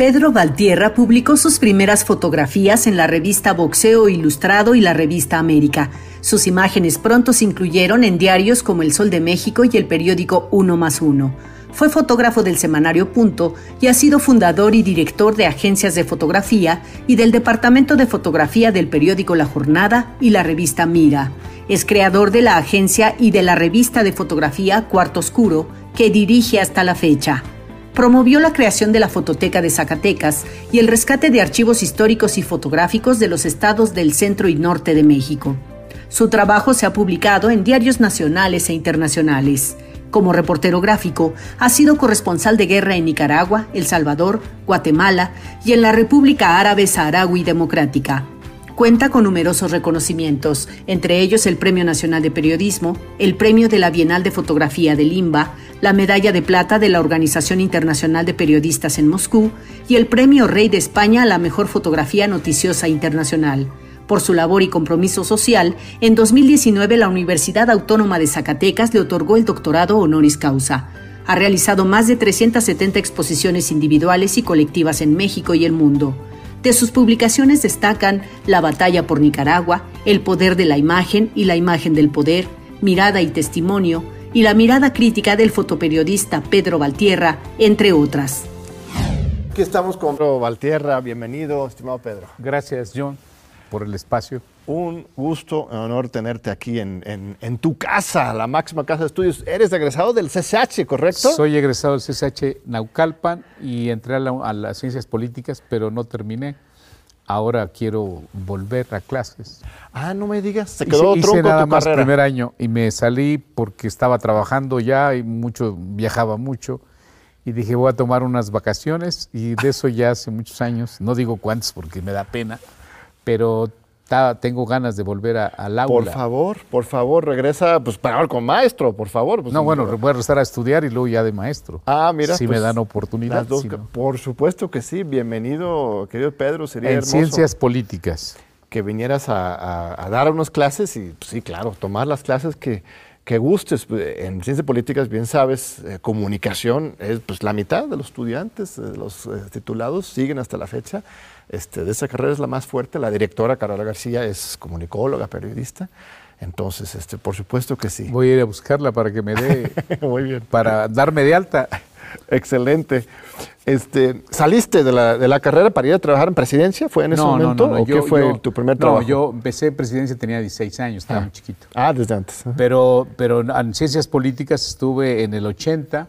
Pedro Valtierra publicó sus primeras fotografías en la revista Boxeo Ilustrado y la revista América. Sus imágenes pronto se incluyeron en diarios como El Sol de México y el periódico 1+1. Fue fotógrafo del semanario Punto y ha sido fundador y director de agencias de fotografía y del departamento de fotografía del periódico La Jornada y la revista Mira. Es creador de la agencia y de la revista de fotografía Cuarto Oscuro, que dirige hasta la fecha. Promovió la creación de la Fototeca de Zacatecas y el rescate de archivos históricos y fotográficos de los estados del centro y norte de México. Su trabajo se ha publicado en diarios nacionales e internacionales. Como reportero gráfico, ha sido corresponsal de guerra en Nicaragua, El Salvador, Guatemala y en la República Árabe Saharaui Democrática. Cuenta con numerosos reconocimientos, entre ellos el Premio Nacional de Periodismo, el Premio de la Bienal de Fotografía de Limba, la Medalla de Plata de la Organización Internacional de Periodistas en Moscú y el Premio Rey de España a la Mejor Fotografía Noticiosa Internacional. Por su labor y compromiso social, en 2019 la Universidad Autónoma de Zacatecas le otorgó el doctorado honoris causa. Ha realizado más de 370 exposiciones individuales y colectivas en México y el mundo. De sus publicaciones destacan La batalla por Nicaragua, El poder de la imagen y la imagen del poder, Mirada y testimonio, y la mirada crítica del fotoperiodista Pedro Valtierra, entre otras. Aquí estamos con Pedro Valtierra. Bienvenido, estimado Pedro. Gracias, John, por el espacio. Un gusto, un honor tenerte aquí en tu casa, la máxima casa de estudios. Eres egresado del CCH, ¿correcto? Soy egresado del CCH Naucalpan y entré a las ciencias políticas, pero no terminé. Ahora quiero volver a clases. Ah, no me digas, se quedó hice tronco nada tu más carrera. primer año y me salí porque estaba trabajando ya y viajaba mucho. Y dije, voy a tomar unas vacaciones y de eso ya hace muchos años, no digo cuántos porque me da pena, pero tengo ganas de volver al aula. Por favor, regresa, pues para hablar con maestro, por favor. Pues, no, bueno, voy a regresar a estudiar y luego ya de maestro. Ah, mira. Si pues, me dan oportunidad. Si no. Por supuesto que sí. Bienvenido, querido Pedro. Sería en hermoso ciencias políticas. Que vinieras a dar unas clases y, pues, sí, claro, tomar las clases que gustes. En ciencias políticas, bien sabes, comunicación es pues la mitad de los estudiantes, los titulados, siguen hasta la fecha. De esa carrera es la más fuerte. La directora, Carola García, es comunicóloga, periodista. Entonces, por supuesto que sí. Voy a ir a buscarla para que me dé, muy bien, para darme de alta. Excelente. ¿Saliste de la carrera para ir a trabajar en presidencia? ¿Fue en ese momento? No, ¿O qué fue tu primer trabajo? No, yo empecé en presidencia, tenía 16 años, estaba muy chiquito. Ah, desde antes. Pero en ciencias políticas estuve en el 80,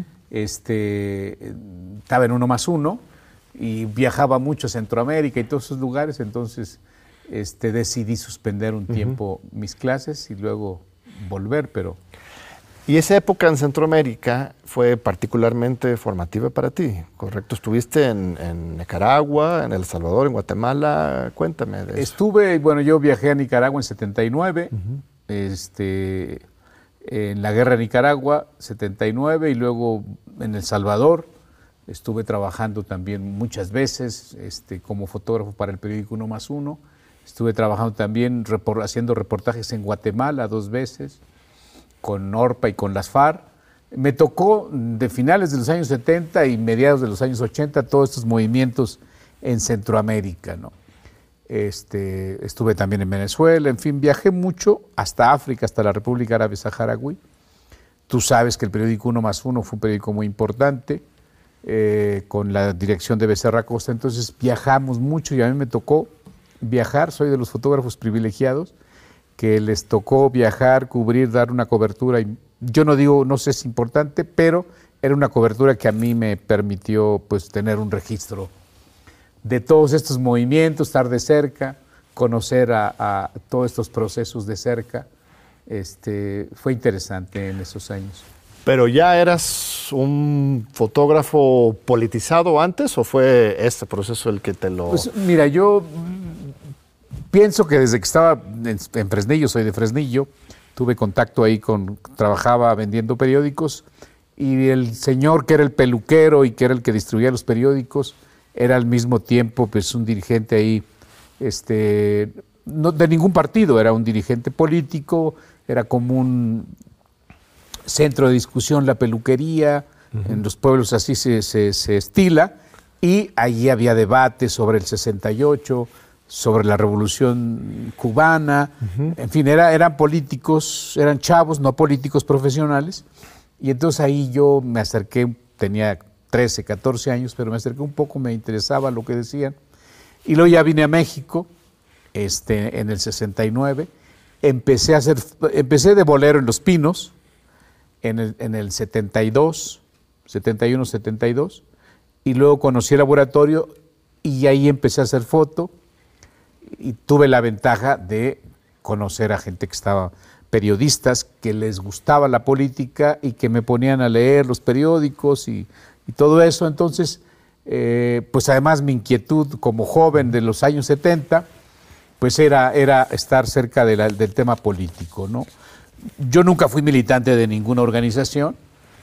estaba en 1+1 y viajaba mucho a Centroamérica y todos esos lugares, entonces decidí suspender un tiempo mis clases y luego volver, pero... Y esa época en Centroamérica fue particularmente formativa para ti, ¿correcto? Estuviste en Nicaragua, en El Salvador, en Guatemala. Cuéntame de eso. Yo viajé a Nicaragua en 79, en la guerra de Nicaragua, 79, y luego en El Salvador. Estuve trabajando también muchas veces como fotógrafo para el periódico 1+1. Estuve trabajando también haciendo reportajes en Guatemala 2 veces. Con Orpa y con las FARC. Me tocó de finales de los años 70 y mediados de los años 80 todos estos movimientos en Centroamérica, ¿no? Estuve también en Venezuela, en fin, viajé mucho hasta África, hasta la República Árabe Saharaui. Tú sabes que el periódico 1+1 fue un periódico muy importante, con la dirección de Becerra Costa, entonces viajamos mucho y a mí me tocó viajar, soy de los fotógrafos privilegiados, que les tocó viajar, cubrir, dar una cobertura. Y yo no sé si es importante, pero era una cobertura que a mí me permitió pues, tener un registro de todos estos movimientos, estar de cerca, conocer a todos estos procesos de cerca. Fue interesante en esos años. ¿Pero ya eras un fotógrafo politizado antes o fue este proceso el que te lo...? Pues mira, yo... pienso que desde que estaba en Fresnillo, soy de Fresnillo, tuve contacto ahí trabajaba vendiendo periódicos y el señor que era el peluquero y que era el que distribuía los periódicos era al mismo tiempo pues un dirigente ahí, no de ningún partido, era un dirigente político, era como un centro de discusión la peluquería, en los pueblos así se estila. y allí había debates sobre el 68, sobre la Revolución Cubana, en fin, eran políticos, eran chavos, no políticos profesionales, y entonces ahí yo me acerqué, tenía 13, 14 años, pero me acerqué un poco, me interesaba lo que decían, y luego ya vine a México, en el 69, empecé de bolero en Los Pinos, en el 72, 71, 72, y luego conocí el laboratorio y ahí empecé a hacer foto y tuve la ventaja de conocer a gente que estaba, periodistas que les gustaba la política y que me ponían a leer los periódicos y todo eso. Entonces, pues además mi inquietud como joven de los años 70, pues era estar cerca del tema político, ¿no? Yo nunca fui militante de ninguna organización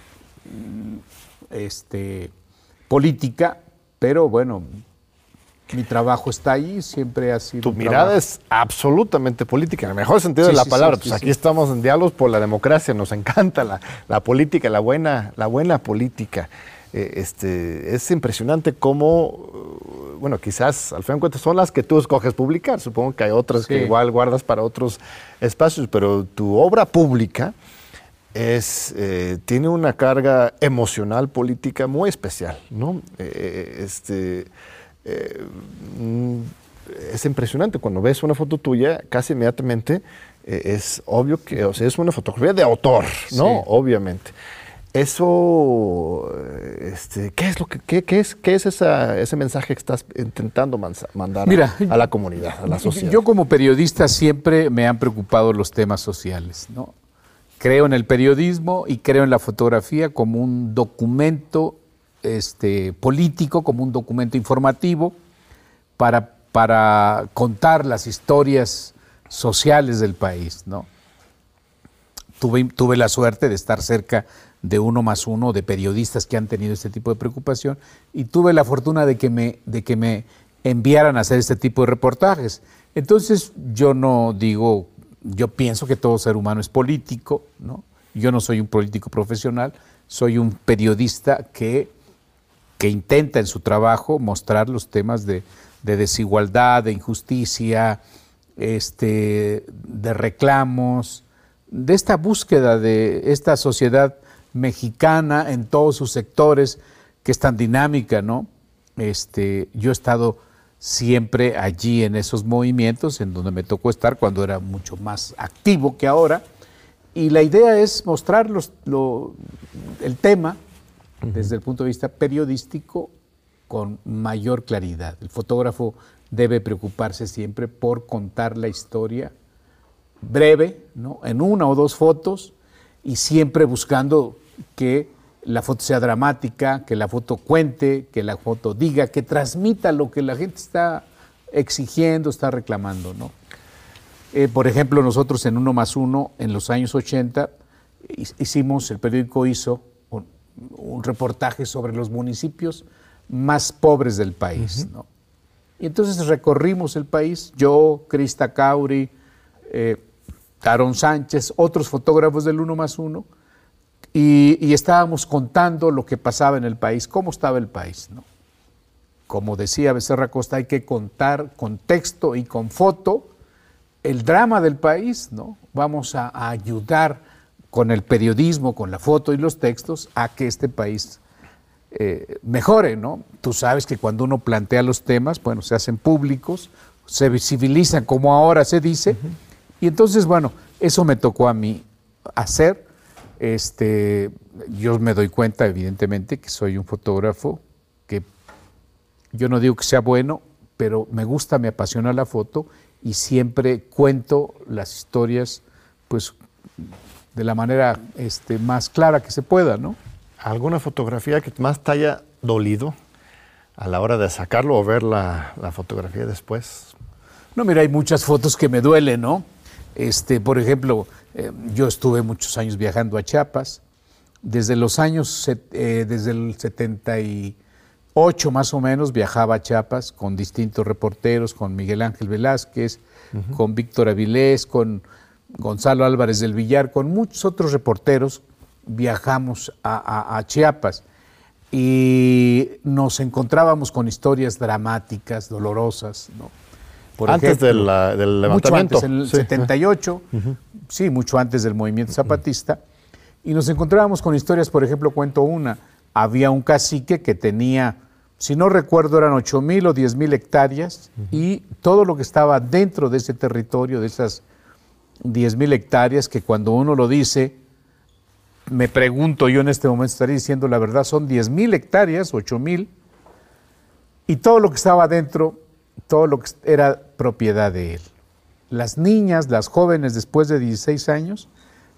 política, pero bueno, mi trabajo está ahí, siempre ha sido. Tu mirada es absolutamente política, en el mejor sentido de la palabra. Pues aquí estamos en diálogos por la democracia, nos encanta la política, la buena política. Es impresionante cómo, bueno, quizás al fin de cuentas son las que tú escoges publicar, supongo que hay otras que igual guardas para otros espacios, pero tu obra pública tiene una carga emocional política muy especial, ¿no? Es impresionante, cuando ves una foto tuya, casi inmediatamente es obvio que, o sea, es una fotografía de autor, ¿no? Sí. Obviamente. Eso, ¿qué es ese mensaje que estás intentando mandar a la comunidad, a la sociedad? Yo como periodista siempre me han preocupado los temas sociales, ¿no? Creo en el periodismo y creo en la fotografía como un documento político, como un documento informativo para contar las historias sociales del país, ¿no? Tuve la suerte de estar cerca de 1+1, de periodistas que han tenido este tipo de preocupación, y tuve la fortuna de que me enviaran a hacer este tipo de reportajes. Entonces yo pienso que todo ser humano es político, ¿no? Yo no soy un político profesional, soy un periodista que intenta en su trabajo mostrar los temas de desigualdad, de injusticia, de reclamos, de esta búsqueda de esta sociedad mexicana en todos sus sectores, que es tan dinámica, ¿no? Yo he estado siempre allí en esos movimientos, en donde me tocó estar cuando era mucho más activo que ahora, y la idea es mostrar el tema desde el punto de vista periodístico con mayor claridad. El fotógrafo debe preocuparse siempre por contar la historia breve, ¿no? En 1 o 2 fotos, y siempre buscando que la foto sea dramática, que la foto cuente, que la foto diga, que transmita lo que la gente está exigiendo, está reclamando, ¿no? Por ejemplo, nosotros en 1+1, en los años 80, el periódico hizo un reportaje sobre los municipios más pobres del país, ¿no? Y entonces recorrimos el país, yo, Crista Cauri, Aarón Sánchez, otros fotógrafos del 1+1, y estábamos contando lo que pasaba en el país, cómo estaba el país, ¿no? Como decía Becerra Costa, hay que contar con texto y con foto el drama del país, ¿no? Vamos a ayudar con el periodismo, con la foto y los textos a que este país mejore, ¿no? Tú sabes que cuando uno plantea los temas, bueno, se hacen públicos, se visibilizan como ahora se dice, y entonces, bueno, eso me tocó a mí hacer. Yo me doy cuenta, evidentemente, que soy un fotógrafo que yo no digo que sea bueno, pero me gusta, me apasiona la foto y siempre cuento las historias, pues, de la manera más clara que se pueda, ¿no? ¿Alguna fotografía que más te haya dolido a la hora de sacarlo o ver la fotografía después? No, mira, hay muchas fotos que me duelen, ¿no? Por ejemplo, yo estuve muchos años viajando a Chiapas. Desde el 78 más o menos viajaba a Chiapas con distintos reporteros, con Miguel Ángel Velázquez, con Víctor Avilés, con Gonzalo Álvarez del Villar, con muchos otros reporteros viajamos a Chiapas. y nos encontrábamos con historias dramáticas, dolorosas, ¿no? Por antes ejemplo, del levantamiento. Mucho antes, en el 78, sí, mucho antes del movimiento zapatista, y nos encontrábamos con historias, por ejemplo, cuento una, había un cacique que tenía, si no recuerdo, eran 8,000 o 10,000 hectáreas, y todo lo que estaba dentro de ese territorio, de esas 10,000 hectáreas, que cuando uno lo dice, me pregunto yo en este momento, estaría diciendo la verdad, son 10,000 hectáreas, 8,000, y todo lo que estaba dentro, todo lo que era propiedad de él. Las niñas, las jóvenes después de 16 años,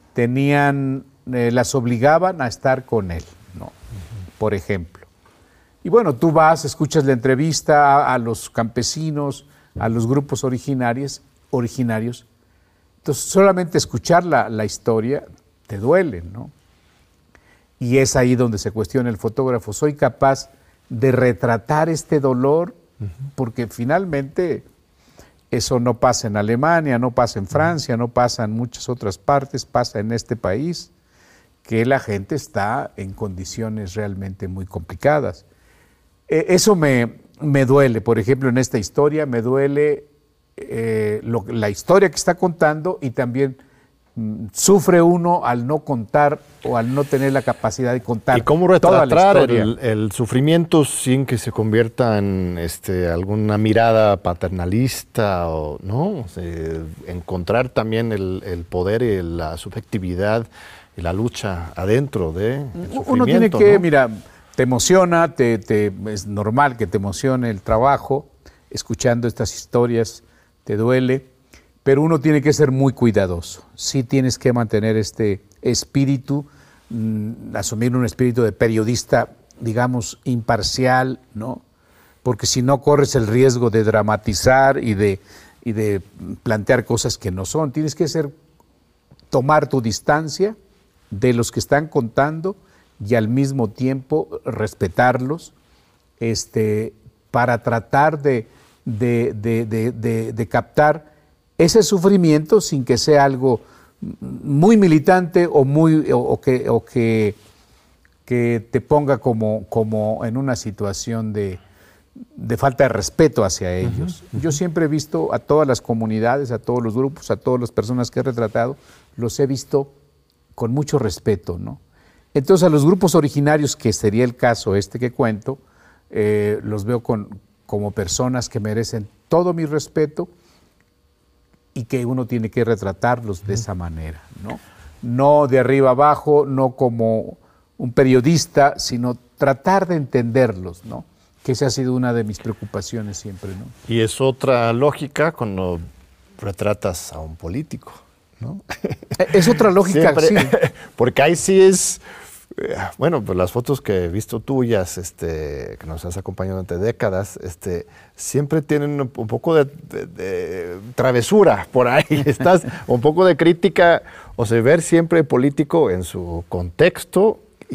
las obligaban a estar con él, ¿no? Por ejemplo. Y bueno, tú vas, escuchas la entrevista a los campesinos, a los grupos originarios, entonces solamente escuchar la historia te duele, ¿no? Y es ahí donde se cuestiona el fotógrafo, ¿soy capaz de retratar este dolor? Porque finalmente eso no pasa en Alemania, no pasa en Francia, no pasa en muchas otras partes, pasa en este país, que la gente está en condiciones realmente muy complicadas. Eso me duele, por ejemplo, en esta historia, me duele la historia que está contando, y también sufre uno al no contar o al no tener la capacidad de contar. ¿Y cómo toda la retratar historia. el sufrimiento sin que se convierta en alguna mirada paternalista? O, ¿no? Encontrar también el poder y la subjetividad y la lucha adentro del sufrimiento. Uno tiene que, ¿no? mira, te emociona, es normal que te emocione el trabajo, escuchando estas historias te duele, pero uno tiene que ser muy cuidadoso. Sí tienes que mantener este espíritu, asumir un espíritu de periodista, digamos, imparcial, ¿no? Porque si no corres el riesgo de dramatizar y de plantear cosas que no son. Tienes que tomar tu distancia de los que están contando y al mismo tiempo respetarlos, para tratar de captar ese sufrimiento sin que sea algo muy militante o que te ponga como en una situación de falta de respeto hacia ellos. Yo siempre he visto a todas las comunidades, a todos los grupos, a todas las personas que he retratado, los he visto con mucho respeto, ¿no? Entonces a los grupos originarios, que sería el caso que cuento, los veo como personas que merecen todo mi respeto, y que uno tiene que retratarlos de esa manera, ¿no? No de arriba abajo, no como un periodista, sino tratar de entenderlos, ¿no? Que esa ha sido una de mis preocupaciones siempre, ¿no? Y es otra lógica cuando retratas a un político, ¿no? Es otra lógica, siempre, sí. Porque ahí sí es, bueno, pues las fotos que he visto tuyas, que nos has acompañado durante décadas, siempre tienen un poco de travesura por ahí, estás un poco de crítica, o sea, ver siempre político en su contexto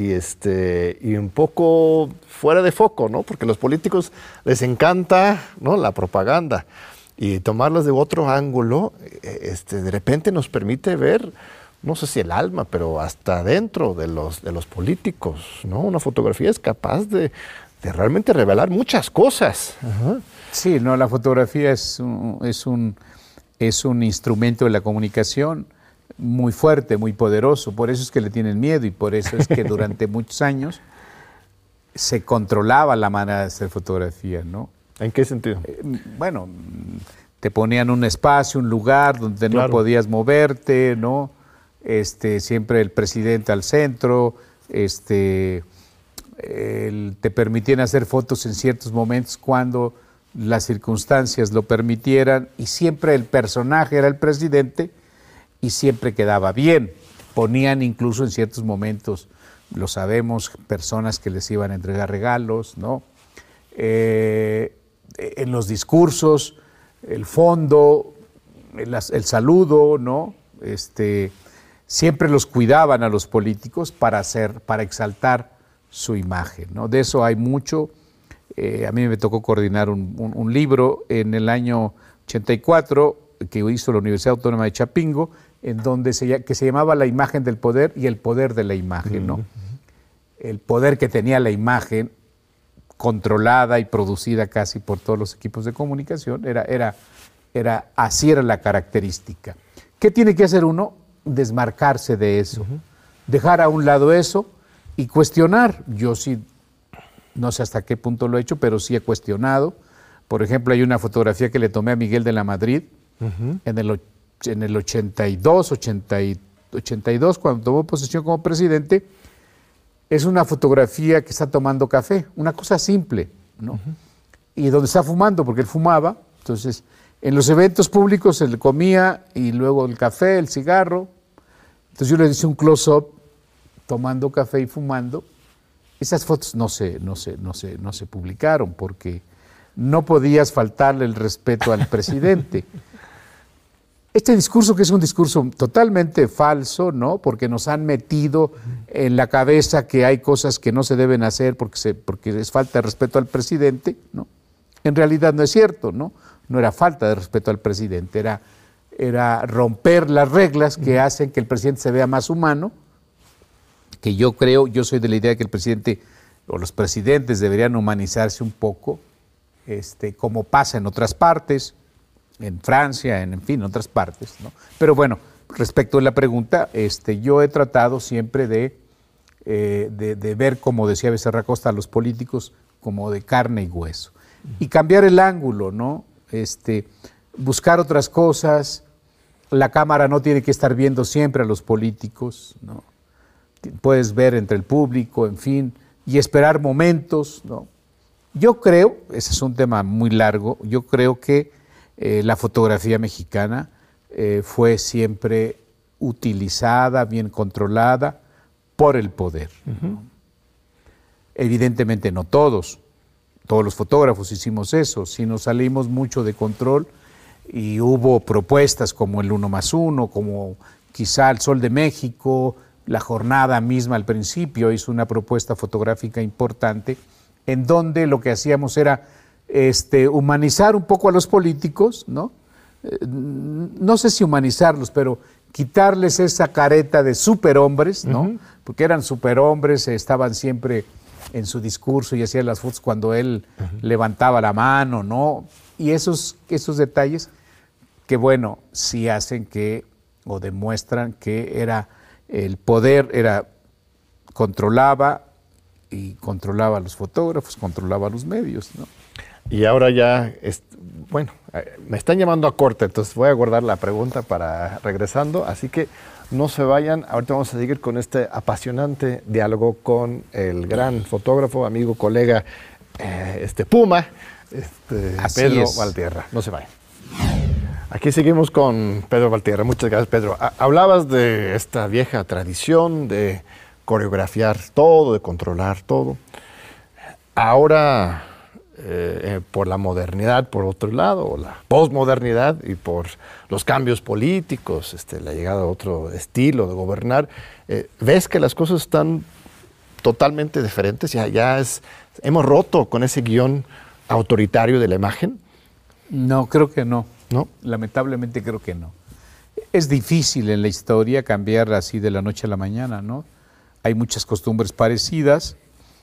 y un poco fuera de foco, ¿no? Porque a los políticos les encanta, ¿no?, la propaganda, y tomarlas de otro ángulo, de repente nos permite ver, no sé si el alma, pero hasta dentro de los políticos, ¿no? Una fotografía es capaz de realmente revelar muchas cosas. Ajá. Sí, no, la fotografía es un instrumento de la comunicación muy fuerte, muy poderoso. Por eso es que le tienen miedo, y por eso es que durante muchos años se controlaba la manera de hacer fotografía, ¿no? ¿En qué sentido? Bueno, te ponían un espacio, un lugar donde no podías moverte, ¿no? Siempre el presidente al centro, te permitían hacer fotos en ciertos momentos cuando las circunstancias lo permitieran, y siempre el personaje era el presidente y siempre quedaba bien. Ponían incluso en ciertos momentos, lo sabemos, personas que les iban a entregar regalos, ¿no? En los discursos, el fondo, el saludo, ¿no? Siempre los cuidaban a los políticos para exaltar su imagen, ¿no? De eso hay mucho. A mí me tocó coordinar un libro en el año 84 que hizo la Universidad Autónoma de Chapingo, que se llamaba La imagen del poder y el poder de la imagen, ¿no? el poder que tenía la imagen controlada y producida casi por todos los equipos de comunicación, así era la característica. ¿Qué tiene que hacer uno? Desmarcarse de eso, dejar a un lado eso y cuestionar. Yo sí, no sé hasta qué punto lo he hecho, pero sí he cuestionado. Por ejemplo, hay una fotografía que le tomé a Miguel de la Madrid en el 82, cuando tomó posesión como presidente. Es una fotografía que está tomando café, una cosa simple, ¿no? Y donde está fumando, porque él fumaba. Entonces, en los eventos públicos se le comía y luego el café, el cigarro. Entonces yo le hice un close-up tomando café y fumando. Esas fotos no se publicaron porque no podías faltarle el respeto al presidente. Este discurso, que es un discurso totalmente falso, ¿no? Porque nos han metido en la cabeza que hay cosas que no se deben hacer porque es falta de respeto al presidente, ¿no? En realidad no es cierto, ¿no? No era falta de respeto al presidente, era romper las reglas que hacen que el presidente se vea más humano, que yo soy de la idea de que el presidente o los presidentes deberían humanizarse un poco, como pasa en otras partes, en Francia, en fin, en otras partes, ¿no? Pero bueno, respecto a la pregunta, yo he tratado siempre de ver, como decía Becerra Costa, a los políticos como de carne y hueso. Y cambiar el ángulo, ¿no? Buscar otras cosas. La cámara no tiene que estar viendo siempre a los políticos, ¿no? Puedes ver entre el público, en fin, y esperar momentos, ¿no? Yo creo, ese es un tema muy largo, yo creo que la fotografía mexicana fue siempre utilizada, bien controlada por el poder, ¿no? Evidentemente no todos los fotógrafos hicimos eso, si nos salimos mucho de control y hubo propuestas como el 1+1, como quizá el Sol de México, la jornada misma al principio hizo una propuesta fotográfica importante en donde lo que hacíamos era humanizar un poco a los políticos, ¿no? No sé si humanizarlos, pero quitarles esa careta de superhombres, ¿no? Porque eran superhombres, estaban siempre en su discurso y hacían las fotos cuando él levantaba la mano, ¿no? Y esos detalles que, bueno, sí hacen o demuestran que el poder controlaba a los fotógrafos, controlaba a los medios, ¿no? Y ahora ya, me están llamando a corte, entonces voy a guardar la pregunta para regresando, así que no se vayan. Ahorita vamos a seguir con este apasionante diálogo con el gran fotógrafo, amigo, colega, Puma, Pedro Valtierra. No se vayan. Aquí seguimos con Pedro Valtierra. Muchas gracias, Pedro. Hablabas de esta vieja tradición de coreografiar todo, de controlar todo. Ahora, por la modernidad, por otro lado, o la posmodernidad y por los cambios políticos, la llegada de otro estilo de gobernar, ¿ves que las cosas están totalmente diferentes? ¿Hemos roto con ese guión autoritario de la imagen? No, creo que no. ¿No? Lamentablemente creo que no. Es difícil en la historia cambiar así de la noche a la mañana, ¿no? Hay muchas costumbres parecidas.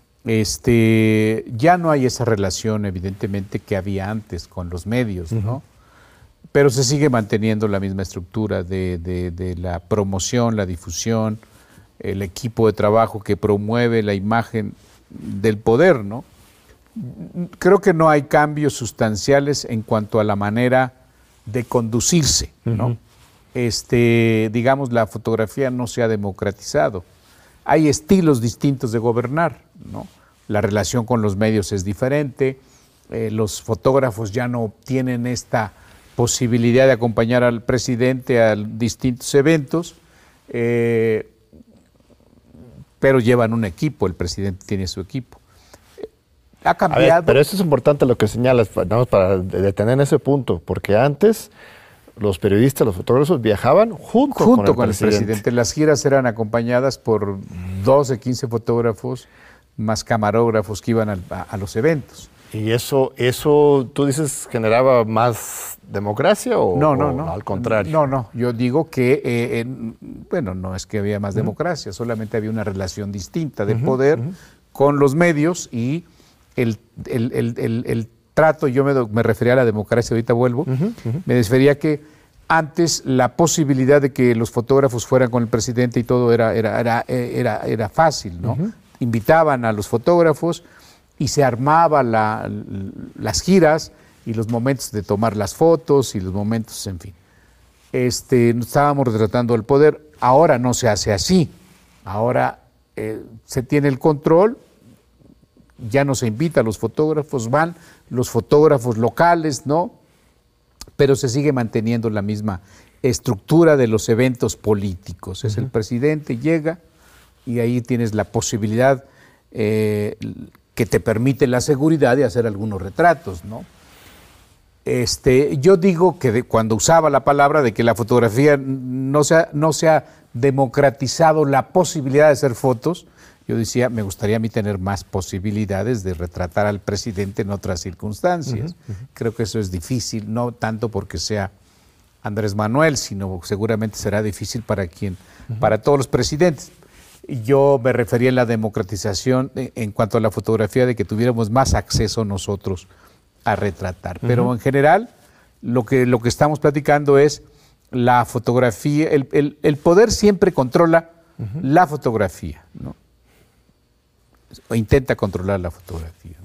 Ya no hay esa relación, evidentemente, que había antes con los medios, ¿no? Pero se sigue manteniendo la misma estructura de la promoción, la difusión, el equipo de trabajo que promueve la imagen del poder, ¿no? Creo que no hay cambios sustanciales en cuanto a la manera de conducirse, ¿no? Digamos, la fotografía no se ha democratizado. Hay estilos distintos de gobernar, ¿no? La relación con los medios es diferente, los fotógrafos ya no tienen esta posibilidad de acompañar al presidente a distintos eventos, pero llevan un equipo, el presidente tiene su equipo. Ha cambiado. A ver, pero eso es importante lo que señalas, vamos, para detener ese punto, porque antes los periodistas, los fotógrafos viajaban junto con el presidente. Las giras eran acompañadas por 12, 15 fotógrafos más camarógrafos que iban a los eventos. ¿Y eso tú dices generaba más democracia o, no, al contrario? No, yo digo que, bueno, no es que había más democracia, solamente había una relación distinta de poder con los medios y el trato, yo me refería a la democracia, ahorita vuelvo, me refería que antes la posibilidad de que los fotógrafos fueran con el presidente y todo era fácil, ¿no? Invitaban a los fotógrafos y se armaba las giras y los momentos de tomar las fotos y los momentos, en fin. Estábamos retratando el poder. Ahora no se hace así. Ahora se tiene el control, ya no se invita a los fotógrafos, van los fotógrafos locales, ¿no? Pero se sigue manteniendo la misma estructura de los eventos políticos. Es el presidente, llega y ahí tienes la posibilidad que te permite la seguridad de hacer algunos retratos, ¿no? Yo digo que cuando usaba la palabra de que la fotografía no se ha democratizado la posibilidad de hacer fotos, yo decía, me gustaría a mí tener más posibilidades de retratar al presidente en otras circunstancias. Creo que eso es difícil, no tanto porque sea Andrés Manuel, sino seguramente será difícil para todos los presidentes. Yo me refería a la democratización en cuanto a la fotografía, de que tuviéramos más acceso nosotros a retratar. Pero en general, lo que estamos platicando es la fotografía, el poder siempre controla la fotografía, ¿no? O intenta controlar la fotografía.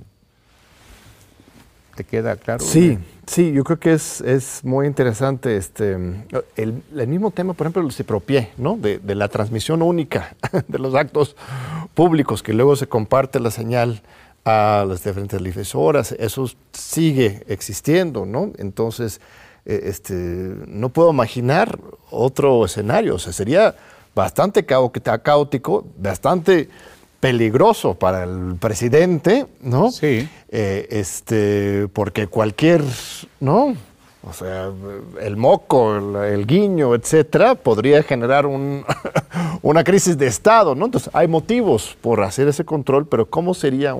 ¿Te queda claro? Sí, yo creo que es muy interesante el mismo tema, por ejemplo, el cipropié, ¿no? De la transmisión única de los actos públicos, que luego se comparte la señal a las diferentes televisoras. Eso sigue existiendo, ¿no? Entonces, no puedo imaginar otro escenario. O sea, sería bastante caótico, bastante peligroso para el presidente, ¿no? Sí. Porque cualquier, ¿no? O sea, el moco, el guiño, etcétera, podría generar una crisis de Estado, ¿no? Entonces, hay motivos por hacer ese control, pero ¿cómo sería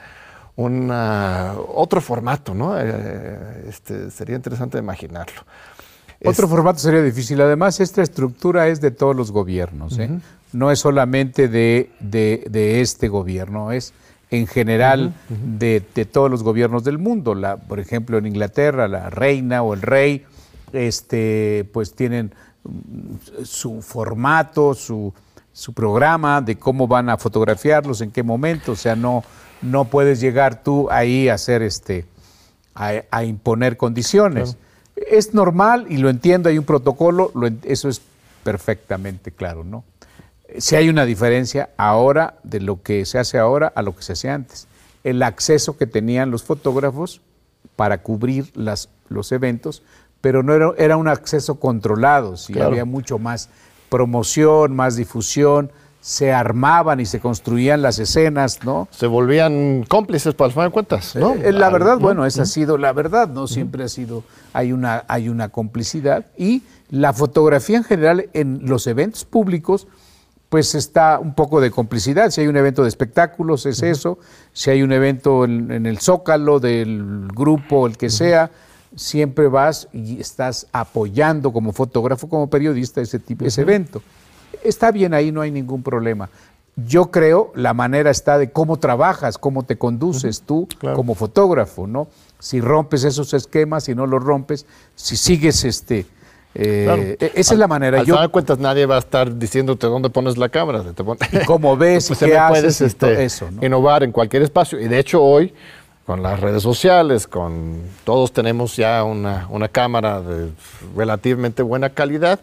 otro formato, ¿no? Sería interesante imaginarlo. Otro formato sería difícil. Además, esta estructura es de todos los gobiernos, ¿eh? No es solamente de este gobierno, es en general de todos los gobiernos del mundo. Por ejemplo, en Inglaterra, la reina o el rey, pues tienen su formato, su programa de cómo van a fotografiarlos, en qué momento. O sea, no puedes llegar tú ahí a hacer a imponer condiciones. Claro. Es normal y lo entiendo, hay un protocolo, eso es perfectamente claro, ¿no? Si hay una diferencia ahora de lo que se hace ahora a lo que se hacía antes. El acceso que tenían los fotógrafos para cubrir los eventos, pero no era un acceso controlado, sí, claro. Había mucho más promoción, más difusión, se armaban y se construían las escenas, ¿no? Se volvían cómplices, para el final de cuentas, ¿no? La verdad, bueno, esa ha sido la verdad, ¿no? Siempre ha sido, hay una complicidad, y la fotografía en general en los eventos públicos, pues está un poco de complicidad. Si hay un evento de espectáculos, es eso. Si hay un evento en el Zócalo del grupo, el que sea, siempre vas y estás apoyando como fotógrafo, como periodista, ese evento. Está bien ahí, no hay ningún problema. Yo creo la manera está de cómo trabajas, cómo te conduces tú como fotógrafo, ¿no? Si rompes esos esquemas, si no los rompes, si sigues claro. Esa es la manera. Al final de cuentas, nadie va a estar diciéndote dónde pones la cámara. Y cómo ves y qué haces, eso, ¿no? Innovar en cualquier espacio. Y de hecho hoy, con las redes sociales, todos tenemos ya una cámara de relativamente buena calidad,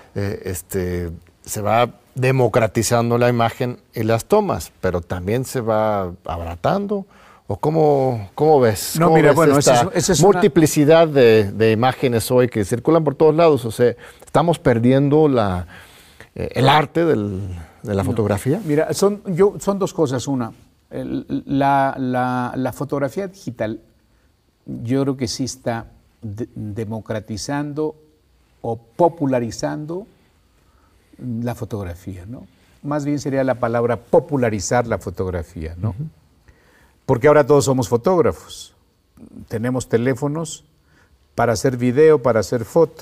se va democratizando la imagen y las tomas, pero también se va abaratando. ¿O cómo ves? No, mira, bueno, esa es multiplicidad de imágenes hoy que circulan por todos lados. O sea, estamos perdiendo el arte de la fotografía. Mira, son dos cosas. Una, la fotografía digital, yo creo que sí está democratizando o popularizando la fotografía, ¿no? Más bien sería la palabra popularizar la fotografía, ¿no? Porque ahora todos somos fotógrafos. tenemos teléfonos para hacer video, para hacer foto.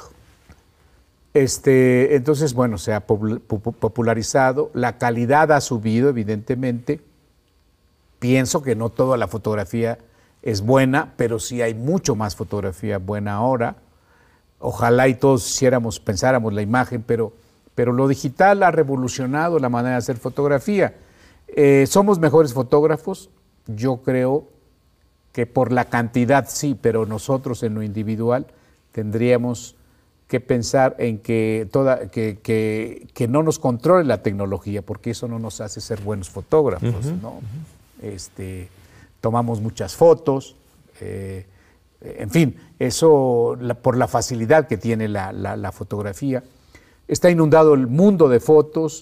Entonces, bueno, se ha popularizado, la calidad ha subido, evidentemente. Pienso que no toda la fotografía es buena, pero sí hay mucho más fotografía buena ahora. Ojalá y todos pensáramos la imagen, pero lo digital ha revolucionado la manera de hacer fotografía. ¿Somos mejores fotógrafos? Yo creo que por la cantidad sí, pero nosotros en lo individual tendríamos que pensar en que no nos controle la tecnología, porque eso no nos hace ser buenos fotógrafos, ¿no? Tomamos muchas fotos, en fin, eso por la facilidad que tiene la fotografía. Está inundado el mundo de fotos,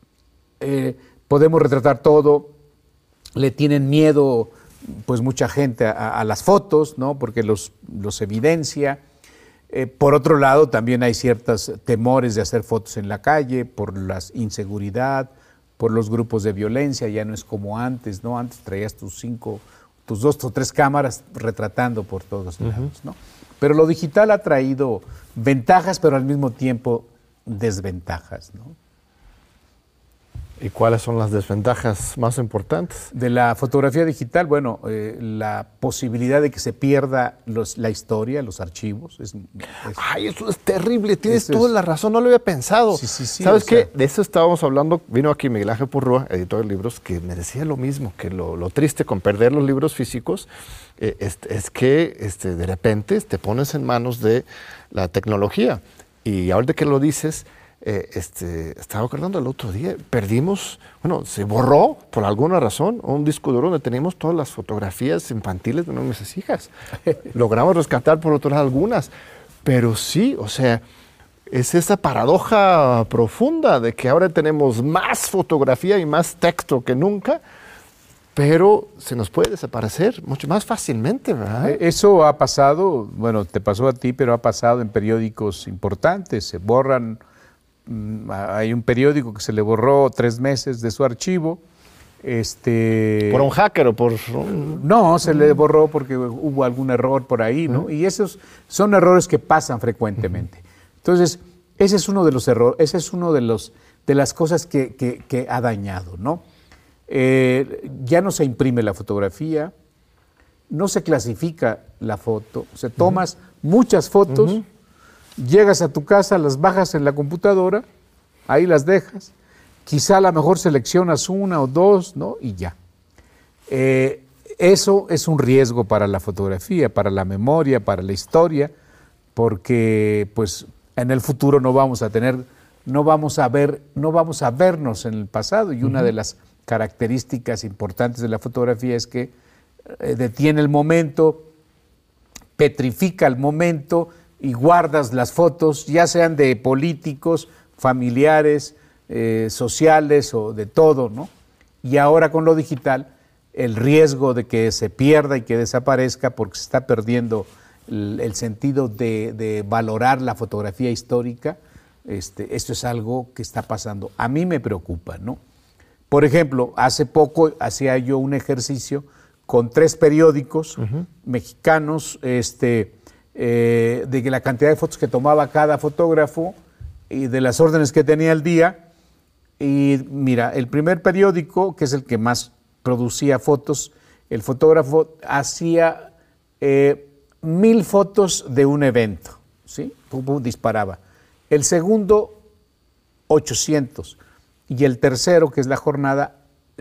podemos retratar todo, le tienen miedo pues mucha gente a las fotos, ¿no? Porque los evidencia. Por otro lado, también hay ciertos temores de hacer fotos en la calle por la inseguridad, por los grupos de violencia. Ya no es como antes, ¿no? Antes traías tus 2 o 3 cámaras retratando por todos lados, ¿no? Pero lo digital ha traído ventajas, pero al mismo tiempo desventajas, ¿no? ¿Y cuáles son las desventajas más importantes? De la fotografía digital, bueno, la posibilidad de que se pierda la historia, los archivos. Ay, eso es terrible, tienes toda la razón, no lo había pensado. Sí. ¿Sabes qué? De eso estábamos hablando, vino aquí Miguel Ángel Porrúa, editor de libros, que me decía lo mismo, que lo triste con perder los libros físicos es que de repente te pones en manos de la tecnología. Y ahorita que lo dices, estaba acordando el otro día, se borró por alguna razón un disco duro donde teníamos todas las fotografías infantiles de una de mis hijas. Logramos rescatar por otro lado algunas, pero sí, o sea, es esa paradoja profunda de que ahora tenemos más fotografía y más texto que nunca, pero se nos puede desaparecer mucho más fácilmente, ¿verdad? Eso ha pasado, bueno, te pasó a ti, pero ha pasado en periódicos importantes, se borran. Hay un periódico que se le borró 3 meses de su archivo. ¿Por un hacker o por...? No, se le borró porque hubo algún error por ahí, ¿no? Y esos son errores que pasan frecuentemente. Entonces, ese es uno de los errores, ese es uno de las cosas que ha dañado, ¿no? Ya no se imprime la fotografía, no se clasifica la foto, o sea, tomas muchas fotos. Llegas a tu casa, las bajas en la computadora, ahí las dejas, quizá a lo mejor seleccionas 1 o 2, ¿no? Y ya. Eso es un riesgo para la fotografía, para la memoria, para la historia, porque pues en el futuro no vamos a vernos en el pasado, y una de las características importantes de la fotografía es que detiene el momento, petrifica el momento, y guardas las fotos, ya sean de políticos, familiares, sociales o de todo, ¿no? Y ahora con lo digital, el riesgo de que se pierda y que desaparezca porque se está perdiendo el sentido de valorar la fotografía histórica, esto es algo que está pasando. A mí me preocupa, ¿no? Por ejemplo, hace poco hacía yo un ejercicio con 3 periódicos mexicanos, de que la cantidad de fotos que tomaba cada fotógrafo y de las órdenes que tenía al día. Y mira, el primer periódico, que es el que más producía fotos, el fotógrafo hacía 1000 fotos de un evento, ¿sí? Disparaba. El segundo, 800. Y el tercero, que es la jornada,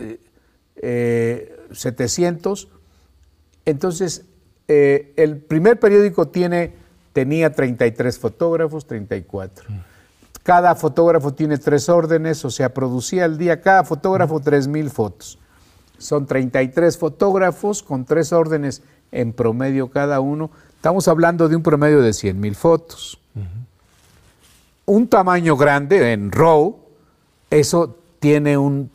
700. Entonces, el primer periódico tenía 33 fotógrafos, 34. Cada fotógrafo tiene 3 órdenes, o sea, producía al día cada fotógrafo 3000 fotos. Son 33 fotógrafos con 3 órdenes en promedio cada uno. Estamos hablando de un promedio de 100,000 fotos. Un tamaño grande en RAW, eso tiene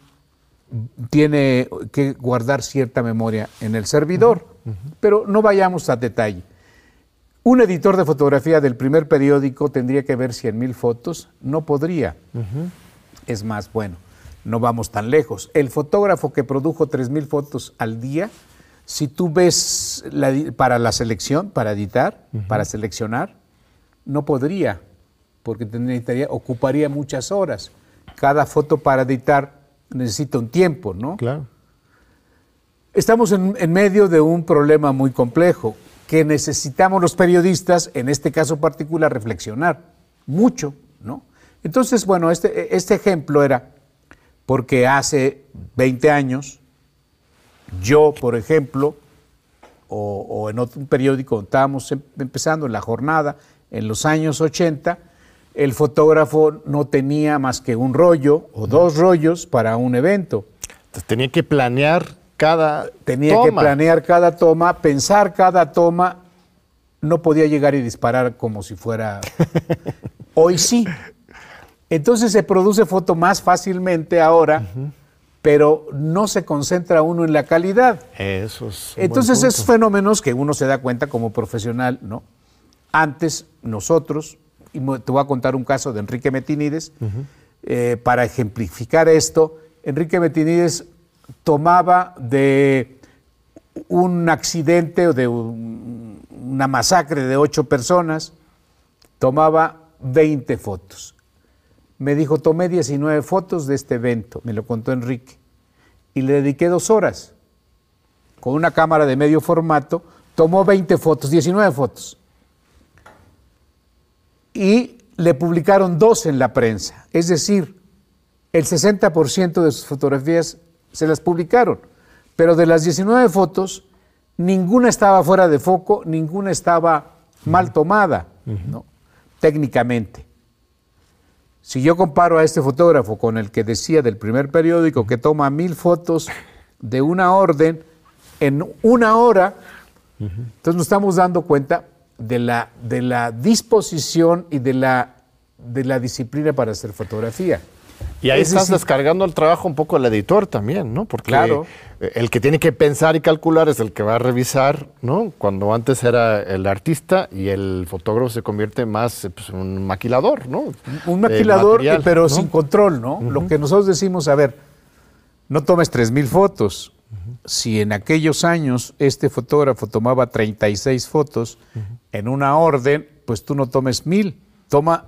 que guardar cierta memoria en el servidor. Pero no vayamos a detalle. Un editor de fotografía del primer periódico tendría que ver 100,000 fotos, no podría. Es más, bueno, no vamos tan lejos. El fotógrafo que produjo 3,000 fotos al día Si tú ves para la selección, para editar, para seleccionar, no podría, porque ocuparía muchas horas. Cada foto para editar necesita un tiempo, ¿no? Claro. Estamos en medio de un problema muy complejo que necesitamos los periodistas, en este caso particular, reflexionar mucho, ¿no? Entonces, bueno, este ejemplo era porque hace 20 años, yo, por ejemplo, o en otro periódico, estábamos empezando en La Jornada, en los años 80, el fotógrafo no tenía más que un rollo o dos rollos para un evento. Entonces tenía que planear cada toma, pensar cada toma, no podía llegar y disparar como si fuera... Hoy sí. Entonces se produce foto más fácilmente ahora, pero no se concentra uno en la calidad. Eso es Entonces esos fenómenos que uno se da cuenta como profesional, ¿no? Antes nosotros, y te voy a contar un caso de Enrique Metinides, para ejemplificar esto. Enrique Metinides tomaba de un accidente o de una masacre de 8 personas, tomaba 20 fotos. Me dijo, tomé 19 fotos de este evento, me lo contó Enrique, y le dediqué 2 horas. Con una cámara de medio formato, tomó 20 fotos, 19 fotos. Y le publicaron 2 en la prensa, es decir, el 60% de sus fotografías se las publicaron, pero de las 19 fotos, ninguna estaba fuera de foco, ninguna estaba mal tomada, ¿no? Técnicamente. Si yo comparo a este fotógrafo con el que decía del primer periódico que toma 1000 fotos de una orden en 1 hora, entonces nos estamos dando cuenta de la disposición y de la disciplina para hacer fotografía. Y ahí estás descargando el trabajo un poco al editor también, ¿no? Porque claro, el que tiene que pensar y calcular es el que va a revisar, ¿no? Cuando antes era el artista y el fotógrafo se convierte más pues, en un maquilador, ¿no? Un maquilador, material, pero ¿no? sin control, ¿no? Lo que nosotros decimos, a ver, no tomes 3000 fotos. Si en aquellos años este fotógrafo tomaba 36 fotos en una orden, pues tú no tomes 1000, toma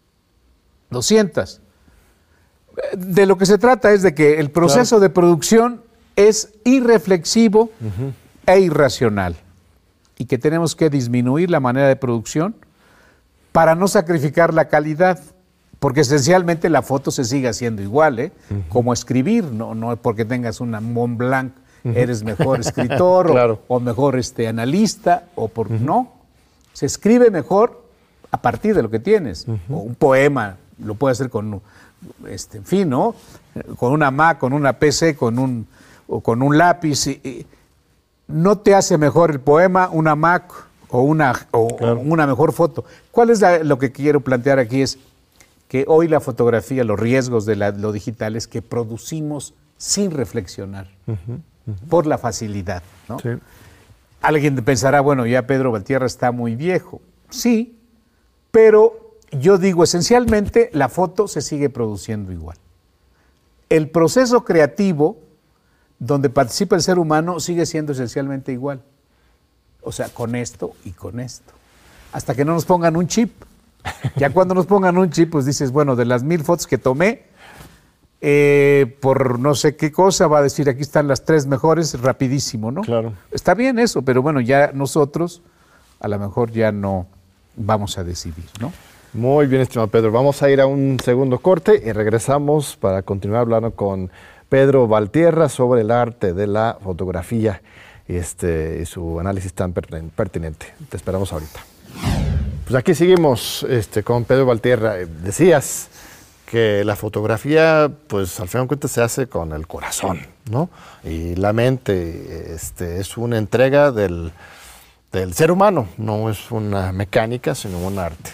200. De lo que se trata es de que el proceso de producción es irreflexivo e irracional y que tenemos que disminuir la manera de producción para no sacrificar la calidad, porque esencialmente la foto se sigue haciendo igual, como escribir, no porque tengas una Mont Blanc, eres mejor escritor o mejor analista, no, se escribe mejor a partir de lo que tienes, o un poema lo puedes hacer con en fin, ¿no? Con una Mac, con una PC, con un lápiz. No te hace mejor el poema una Mac o una mejor foto. ¿Cuál es lo que quiero plantear aquí? Es que hoy la fotografía, los riesgos de lo digital es que producimos sin reflexionar por la facilidad, ¿no? Sí. Alguien pensará, bueno, ya Pedro Valtierra está muy viejo. Sí, pero yo digo, esencialmente, la foto se sigue produciendo igual. El proceso creativo, donde participa el ser humano, sigue siendo esencialmente igual. O sea, con esto y con esto. Hasta que no nos pongan un chip. Ya cuando nos pongan un chip, pues dices, bueno, de las 1000 fotos que tomé, por no sé qué cosa, va a decir, aquí están las 3 mejores, rapidísimo, ¿no? Claro. Está bien eso, pero bueno, ya nosotros, a lo mejor ya no vamos a decidir, ¿no? Muy bien, estimado Pedro. Vamos a ir a un segundo corte y regresamos para continuar hablando con Pedro Valtierra sobre el arte de la fotografía y su análisis tan pertinente. Te esperamos ahorita. Pues aquí seguimos con Pedro Valtierra. Decías que la fotografía, pues al final de cuentas se hace con el corazón, ¿no? Y la mente es una entrega del ser humano, no es una mecánica, sino un arte.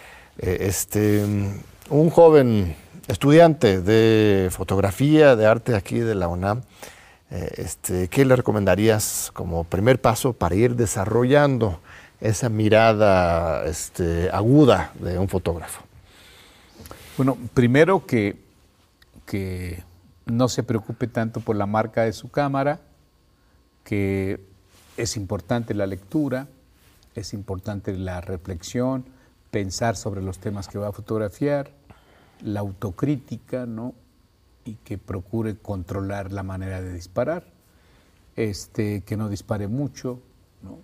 Un joven estudiante de fotografía, de arte aquí de la UNAM, ¿qué le recomendarías como primer paso para ir desarrollando esa mirada aguda de un fotógrafo? Bueno, primero que no se preocupe tanto por la marca de su cámara, que es importante la lectura, es importante la reflexión, pensar sobre los temas que va a fotografiar, la autocrítica, ¿no? Y que procure controlar la manera de disparar, que no dispare mucho, ¿no?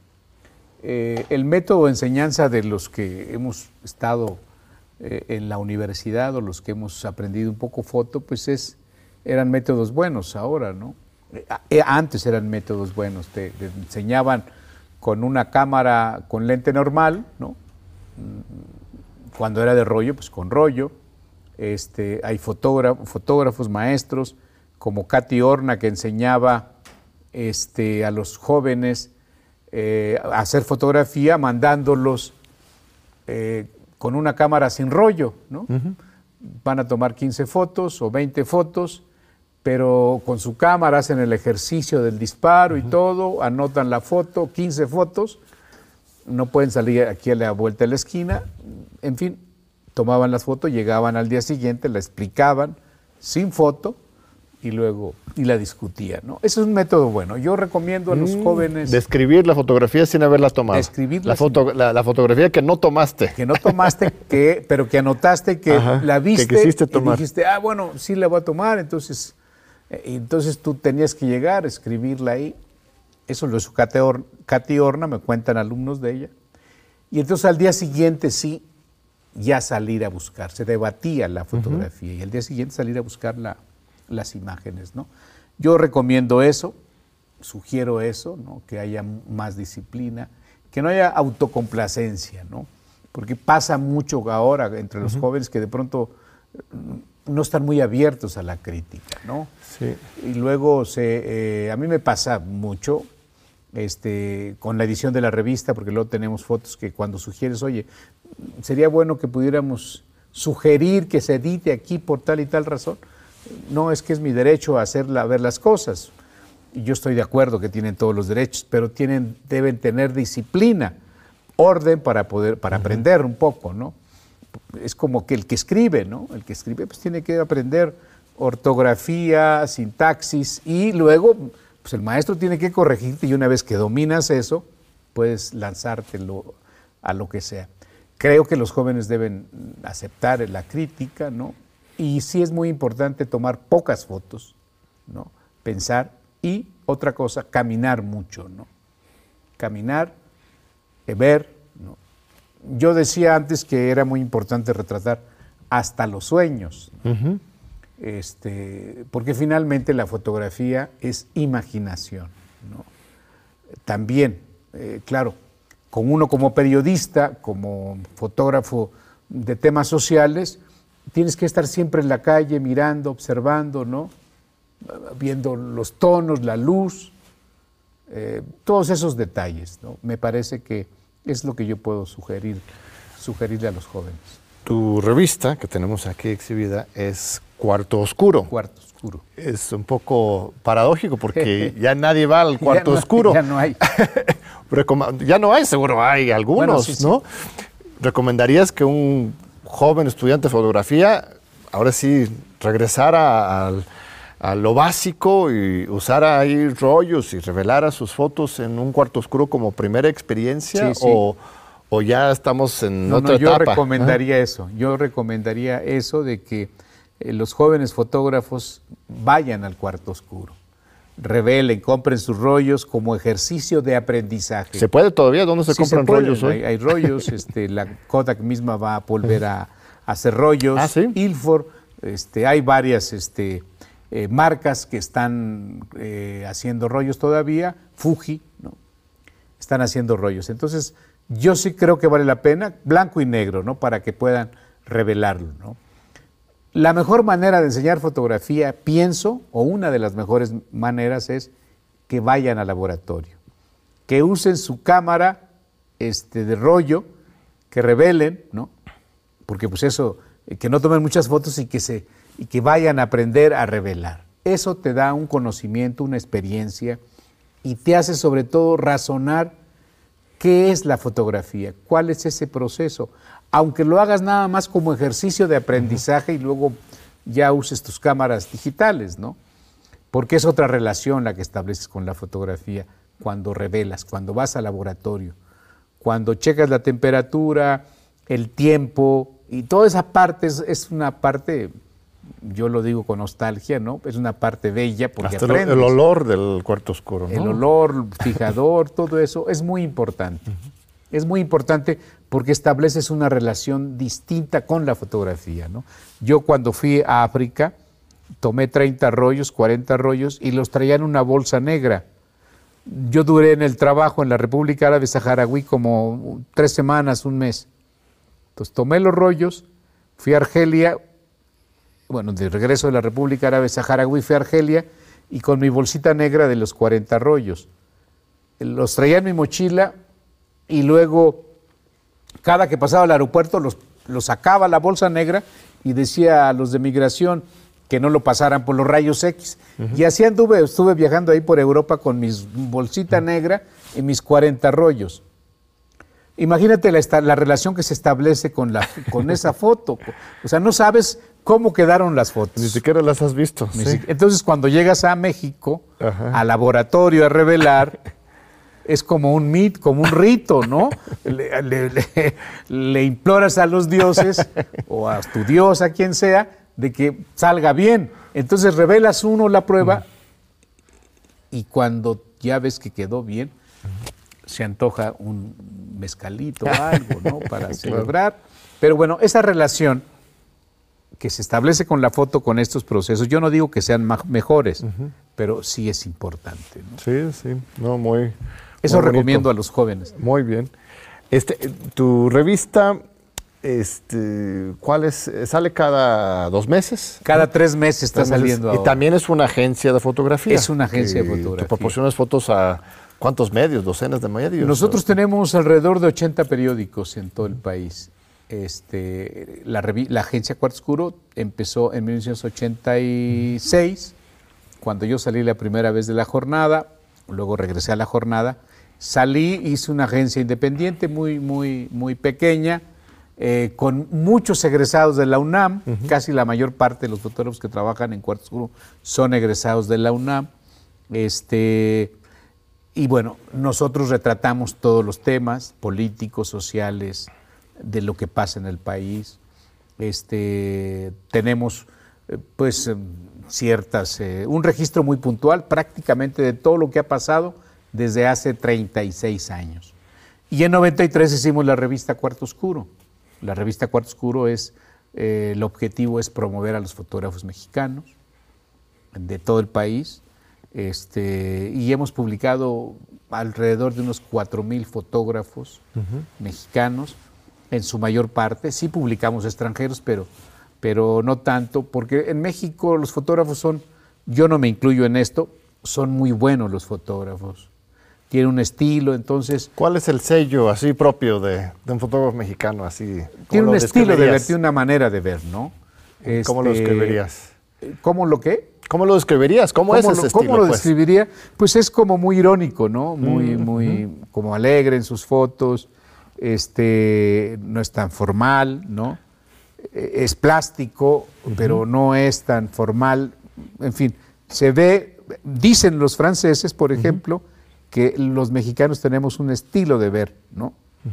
El método de enseñanza de los que hemos estado en la universidad o los que hemos aprendido un poco foto, pues eran métodos buenos ahora, ¿no? Antes eran métodos buenos, te enseñaban con una cámara con lente normal, ¿no? Cuando era de rollo, pues con rollo. Hay fotógrafos, maestros, como Katy Horna, que enseñaba a los jóvenes a hacer fotografía mandándolos con una cámara sin rollo, ¿no? Van a tomar 15 fotos o 20 fotos, pero con su cámara hacen el ejercicio del disparo y todo, anotan la foto, 15 fotos, no pueden salir aquí a la vuelta de la esquina, en fin, tomaban las fotos, llegaban al día siguiente, la explicaban sin foto y luego la discutían, ¿no? Ese es un método bueno. Yo recomiendo a los jóvenes... Describir la fotografía sin haberla tomado. Describirla la fotografía que no tomaste. Que no tomaste, pero que anotaste que la viste que quisiste tomar. Y dijiste, bueno, sí la voy a tomar, entonces tú tenías que llegar, escribirla ahí. Eso lo hizo Katy Horna, me cuentan alumnos de ella. Y entonces al día siguiente sí, ya salir a buscar, se debatía la fotografía y al día siguiente salir a buscar las imágenes, ¿no? Yo recomiendo eso, sugiero eso, ¿no? Que haya más disciplina, que no haya autocomplacencia, ¿no? Porque pasa mucho ahora entre los jóvenes que de pronto no están muy abiertos a la crítica, ¿no? Sí. Y luego a mí me pasa mucho con la edición de la revista, porque luego tenemos fotos que cuando sugieres, oye, sería bueno que pudiéramos sugerir que se edite aquí por tal y tal razón. No, es que es mi derecho a ver las cosas. Y yo estoy de acuerdo que tienen todos los derechos, pero deben tener disciplina, orden para aprender un poco, ¿no? Es como que el que escribe, ¿no? El que escribe pues tiene que aprender ortografía, sintaxis y luego pues el maestro tiene que corregirte y una vez que dominas eso, puedes lanzártelo a lo que sea. Creo que los jóvenes deben aceptar la crítica, ¿no? Y sí es muy importante tomar pocas fotos, ¿no? Pensar y otra cosa, caminar mucho, ¿no? Caminar, ver, ¿no? Yo decía antes que era muy importante retratar hasta los sueños, ¿no? Porque finalmente la fotografía es imaginación, ¿no? También, claro, con uno como periodista, como fotógrafo de temas sociales, tienes que estar siempre en la calle mirando, observando, ¿no? Viendo los tonos, la luz, todos esos detalles, ¿no? Me parece que es lo que yo puedo sugerirle a los jóvenes. Tu revista, que tenemos aquí exhibida, es Cuarto Oscuro. Cuarto Oscuro. Es un poco paradójico porque ya nadie va al cuarto oscuro. Ya no hay. Ya no hay, seguro hay algunos, bueno, sí, ¿no? Sí. ¿Recomendarías que un joven estudiante de fotografía ahora sí regresara a lo básico y usara ahí rollos y revelara sus fotos en un cuarto oscuro como primera experiencia? Sí, sí. ¿O ya estamos en otra etapa? Yo recomendaría eso. Yo recomendaría eso de que los jóvenes fotógrafos vayan al cuarto oscuro, revelen, compren sus rollos como ejercicio de aprendizaje. ¿Se puede todavía? ¿Dónde se compran rollos hoy? Hay rollos, la Kodak misma va a volver a hacer rollos. ¿Ah, sí? Ilford, hay varias marcas que están haciendo rollos todavía. Fuji, ¿no? Están haciendo rollos. Entonces, yo sí creo que vale la pena, blanco y negro, ¿no? Para que puedan revelarlo, ¿no? La mejor manera de enseñar fotografía, pienso, o una de las mejores maneras es que vayan al laboratorio, que usen su cámara de rollo, que revelen, ¿no? Porque pues eso, que no tomen muchas fotos y que vayan a aprender a revelar. Eso te da un conocimiento, una experiencia y te hace sobre todo razonar qué es la fotografía, cuál es ese proceso. Aunque lo hagas nada más como ejercicio de aprendizaje y luego ya uses tus cámaras digitales, ¿no? porque es otra relación la que estableces con la fotografía cuando revelas, cuando vas al laboratorio, cuando checas la temperatura, el tiempo, y toda esa parte es una parte, yo lo digo con nostalgia, ¿no? Es una parte bella porque hasta aprendes. el olor del cuarto oscuro, ¿no? El olor, fijador, todo eso es muy importante. Es muy importante porque estableces una relación distinta con la fotografía, ¿no? Yo cuando fui a África tomé 30 rollos, 40 rollos y los traía en una bolsa negra. Yo duré en el trabajo en la República Árabe Saharaui como 3 semanas, un mes. Entonces tomé los rollos, fui a Argelia, bueno, de regreso de la República Árabe Saharaui fui a Argelia y con mi bolsita negra de los 40 rollos. Los traía en mi mochila y luego cada que pasaba al aeropuerto los sacaba la bolsa negra y decía a los de migración que no lo pasaran por los rayos X. Y así estuve viajando ahí por Europa con mi bolsita negra y mis 40 rollos. Imagínate la relación que se establece con esa foto. O sea, no sabes cómo quedaron las fotos. Ni siquiera las has visto. Sí. Entonces, cuando llegas a México, al laboratorio a revelar, es como un rito, ¿no? Le imploras a los dioses o a tu dios, a quien sea, de que salga bien. Entonces revelas uno la prueba y cuando ya ves que quedó bien, se antoja un mezcalito o algo, ¿no? Para celebrar. Pero bueno, esa relación que se establece con la foto, con estos procesos, yo no digo que sean mejores, pero sí es importante, ¿no? Sí, sí. No, muy... Eso muy recomiendo bonito. a los jóvenes. Muy bien. Tu revista, ¿cuál es? ¿Sale cada 2 meses? Cada 3 meses está 3 meses. saliendo ahora. Y también es una agencia de fotografía. Es una agencia de fotografía. Tú proporcionas fotos a ¿cuántos medios? ¿Docenas de medios? Nosotros tenemos alrededor de 80 periódicos en todo el país. La agencia Cuarto Oscuro empezó en 1986, cuando yo salí la primera vez de La Jornada, luego regresé a La Jornada. Salí, hice una agencia independiente muy, muy, muy pequeña, con muchos egresados de la UNAM. Casi la mayor parte de los fotógrafos que trabajan en Cuarto Oscuro son egresados de la UNAM. Y bueno, nosotros retratamos todos los temas políticos, sociales, de lo que pasa en el país. Tenemos un registro muy puntual prácticamente de todo lo que ha pasado desde hace 36 años. Y en 93 hicimos la revista Cuarto Oscuro. La revista Cuarto Oscuro el objetivo es promover a los fotógrafos mexicanos de todo el país. Y hemos publicado alrededor de unos 4,000 fotógrafos mexicanos, en su mayor parte. Sí publicamos extranjeros, pero no tanto, porque en México los fotógrafos yo no me incluyo en esto, son muy buenos los fotógrafos. Tienen un estilo, entonces... ¿Cuál es el sello así propio de un fotógrafo mexicano? Así, tiene un estilo de ver, tiene una manera de ver, ¿no? ¿Cómo lo describirías? ¿Cómo lo qué? ¿Cómo lo describirías? ¿Cómo es ese estilo? ¿Cómo lo describiría? Pues es como muy irónico, ¿no? Muy como alegre en sus fotos, no es tan formal, ¿no? Es plástico, pero no es tan formal. En fin, se ve, dicen los franceses, por ejemplo, que los mexicanos tenemos un estilo de ver, ¿no?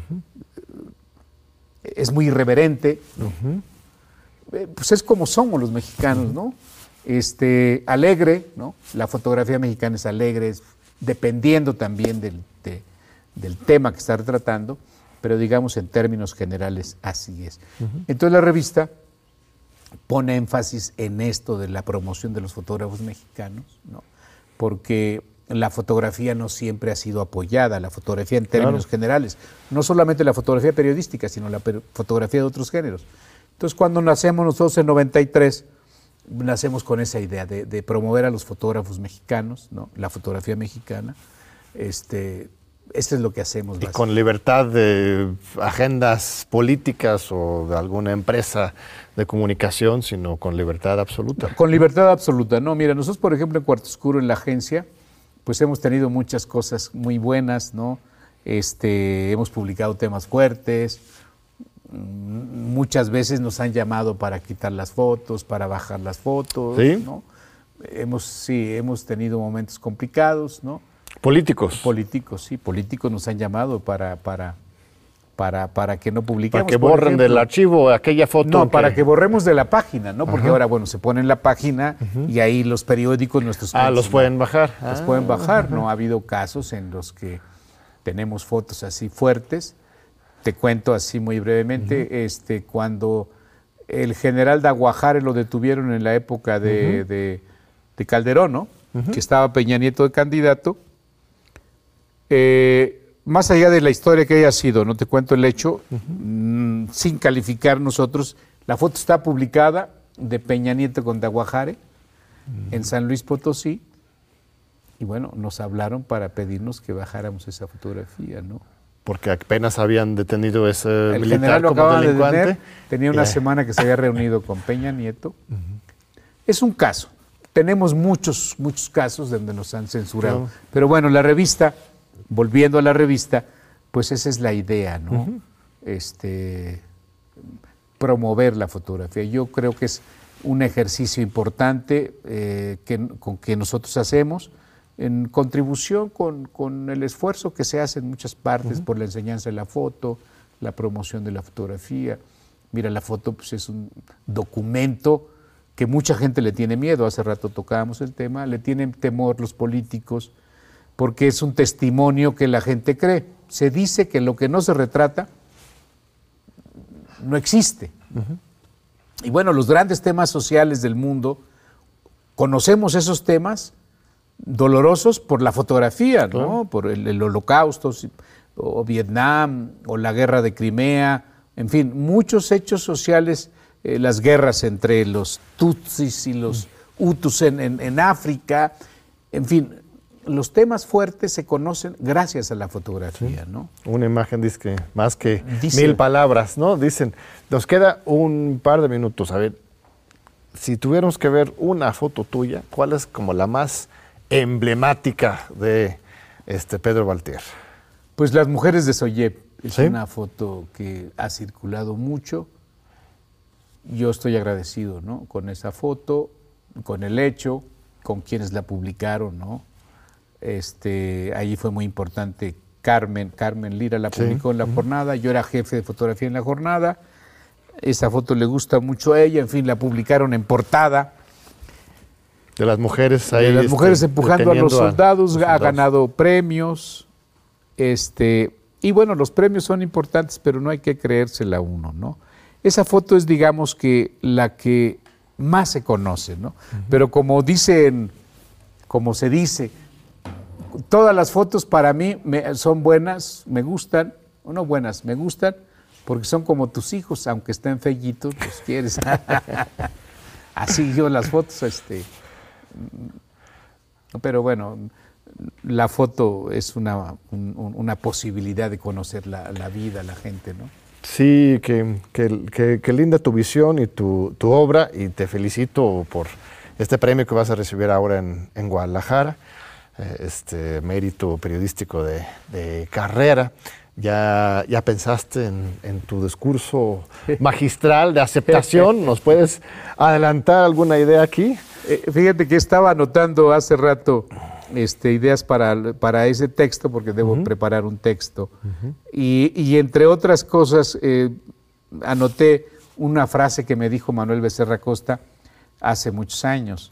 Es muy irreverente. Pues es como somos los mexicanos, ¿no? Alegre, ¿no? La fotografía mexicana es alegre, dependiendo también del tema que está retratando, pero digamos en términos generales así es. Entonces la revista pone énfasis en esto de la promoción de los fotógrafos mexicanos, ¿no? Porque la fotografía no siempre ha sido apoyada, la fotografía en términos generales, no solamente la fotografía periodística, sino la fotografía de otros géneros. Entonces cuando nacemos nosotros en 93, nacemos con esa idea de promover a los fotógrafos mexicanos, ¿no? La fotografía mexicana. Esto es lo que hacemos. Y con libertad de agendas políticas o de alguna empresa de comunicación, sino con libertad absoluta. Con libertad absoluta, no. Mira, nosotros, por ejemplo, en Cuarto Oscuro, en la agencia, pues hemos tenido muchas cosas muy buenas, ¿no? Hemos publicado temas fuertes. Muchas veces nos han llamado para quitar las fotos, para bajar las fotos, ¿sí? ¿no? hemos tenido momentos complicados, ¿no? Políticos. Políticos, sí, políticos nos han llamado para que no publiquemos. Para que borren del archivo aquella foto. No, para que borremos de la página, ¿no? Porque ahora, bueno, se pone en la página y ahí los periódicos, nuestros clientes, los pueden bajar. Los pueden bajar, ¿no? Ha habido casos en los que tenemos fotos así fuertes. Te cuento así muy brevemente, cuando el general Daguajare lo detuvieron en la época de Calderón, ¿no? Que estaba Peña Nieto de candidato. Más allá de la historia que haya sido, no te cuento el hecho, sin calificar nosotros, la foto está publicada de Peña Nieto con Daguajare en San Luis Potosí, y bueno, nos hablaron para pedirnos que bajáramos esa fotografía, ¿no? Porque apenas habían detenido ese el militar general lo como acaban delincuente. de detener, tenía una semana que se había reunido con Peña Nieto. Es un caso. Tenemos muchos casos donde nos han censurado. Claro. Pero bueno, la revista, volviendo a la revista, pues esa es la idea, ¿no? Promover la fotografía. Yo creo que es un ejercicio importante que nosotros hacemos en contribución con el esfuerzo que se hace en muchas partes por la enseñanza de la foto, la promoción de la fotografía. Mira, la foto pues, es un documento que mucha gente le tiene miedo. Hace rato tocábamos el tema, le tienen temor los políticos porque es un testimonio que la gente cree. Se dice que lo que no se retrata no existe. Y bueno, los grandes temas sociales del mundo, conocemos esos temas dolorosos por la fotografía, claro, ¿no? Por el Holocausto, o Vietnam, o la guerra de Crimea, en fin, muchos hechos sociales, las guerras entre los Tutsis y los Hutus en África, en fin, los temas fuertes se conocen gracias a la fotografía, ¿no? Una imagen dice que más que 1000 palabras, ¿no? Dicen, nos queda un par de minutos. A ver, si tuviéramos que ver una foto tuya, ¿cuál es como la más emblemática de Pedro Baltier? Pues Las mujeres de Soyep. Es ¿sí? Una foto que ha circulado mucho. Yo estoy agradecido, ¿no? Con esa foto, con el hecho, con quienes la publicaron, ¿no? Allí fue muy importante Carmen Lira la publicó en La Jornada, yo era jefe de fotografía en La Jornada, esa foto le gusta mucho a ella, en fin, la publicaron en portada. De las mujeres ahí. De las mujeres empujando a los soldados, ha ganado premios, y bueno, los premios son importantes, pero no hay que creérsela uno, ¿no? Esa foto es, digamos, que la que más se conoce, ¿no? Pero como se dice, todas las fotos para mí son buenas, me gustan, o no buenas, me gustan, porque son como tus hijos, aunque estén fellitos, los quieres. Así yo las fotos, pero bueno, la foto es una posibilidad de conocer la vida, la gente, ¿no? Sí, que linda tu visión y tu obra, y te felicito por este premio que vas a recibir ahora en Guadalajara, mérito periodístico de carrera. ¿Ya pensaste en tu discurso magistral de aceptación? ¿Nos puedes adelantar alguna idea aquí? Fíjate que estaba anotando hace rato ideas para ese texto, porque debo preparar un texto. Y entre otras cosas, anoté una frase que me dijo Manuel Becerra Costa hace muchos años.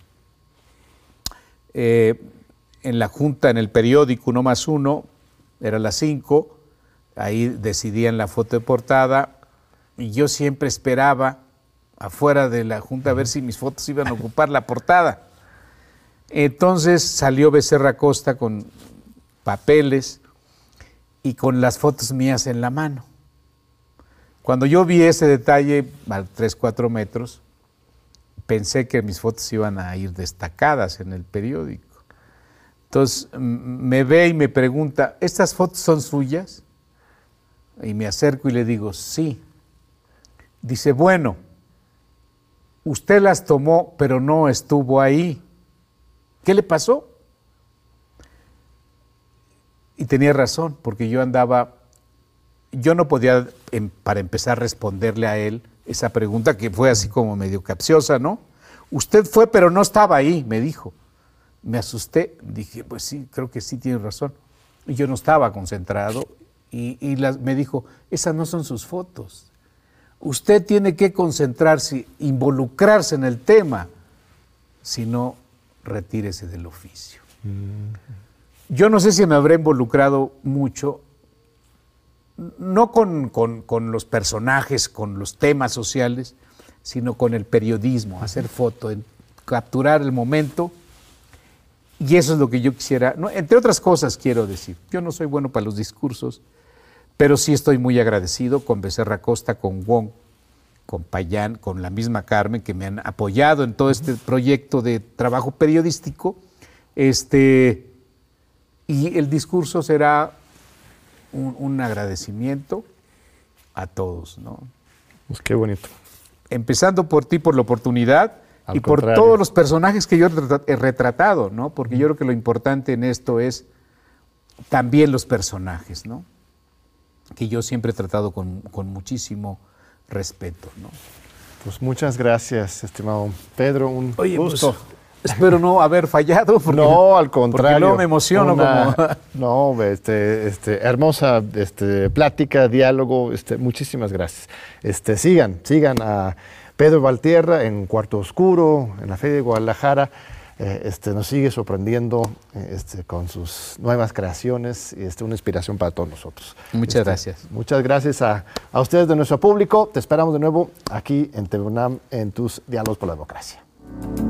En la junta, en el periódico 1+1, era las 5, ahí decidían la foto de portada, y yo siempre esperaba afuera de la junta a ver si mis fotos iban a ocupar la portada. Entonces salió Becerra Costa con papeles y con las fotos mías en la mano. Cuando yo vi ese detalle a 3-4 metros, pensé que mis fotos iban a ir destacadas en el periódico. Entonces me ve y me pregunta, ¿estas fotos son suyas? Y me acerco y le digo, sí. Dice, bueno, usted las tomó, pero no estuvo ahí. ¿Qué le pasó? Y tenía razón, porque yo no podía, para empezar, responderle a él esa pregunta que fue así como medio capciosa, ¿no? Usted fue, pero no estaba ahí, me dijo. Me asusté, dije, pues sí, creo que sí tiene razón. Y yo no estaba concentrado y me dijo, esas no son sus fotos. Usted tiene que concentrarse, involucrarse en el tema, si no, retírese del oficio. Yo no sé si me habré involucrado mucho, no con los personajes, con los temas sociales, sino con el periodismo, hacer foto, capturar el momento. Y eso es lo que yo quisiera, no, entre otras cosas quiero decir. Yo no soy bueno para los discursos, pero sí estoy muy agradecido con Becerra Costa, con Wong, con Payán, con la misma Carmen, que me han apoyado en todo este proyecto de trabajo periodístico. Y el discurso será un agradecimiento a todos, ¿no? Pues qué bonito. Empezando por ti, por la oportunidad, y por todos los personajes que yo he retratado, ¿no? Porque yo creo que lo importante en esto es también los personajes, ¿no? Que yo siempre he tratado con muchísimo respeto, ¿no? Pues muchas gracias, estimado Pedro, un gusto. Pues, espero no haber fallado. No, al contrario. Porque luego me emociono. No, hermosa plática, diálogo, muchísimas gracias. Sigan a Pedro Valtierra en Cuarto Oscuro, en la Feria de Guadalajara. Nos sigue sorprendiendo con sus nuevas creaciones y una inspiración para todos nosotros. Muchas gracias. Muchas gracias a ustedes de nuestro público. Te esperamos de nuevo aquí en TV UNAM en tus Diálogos por la Democracia.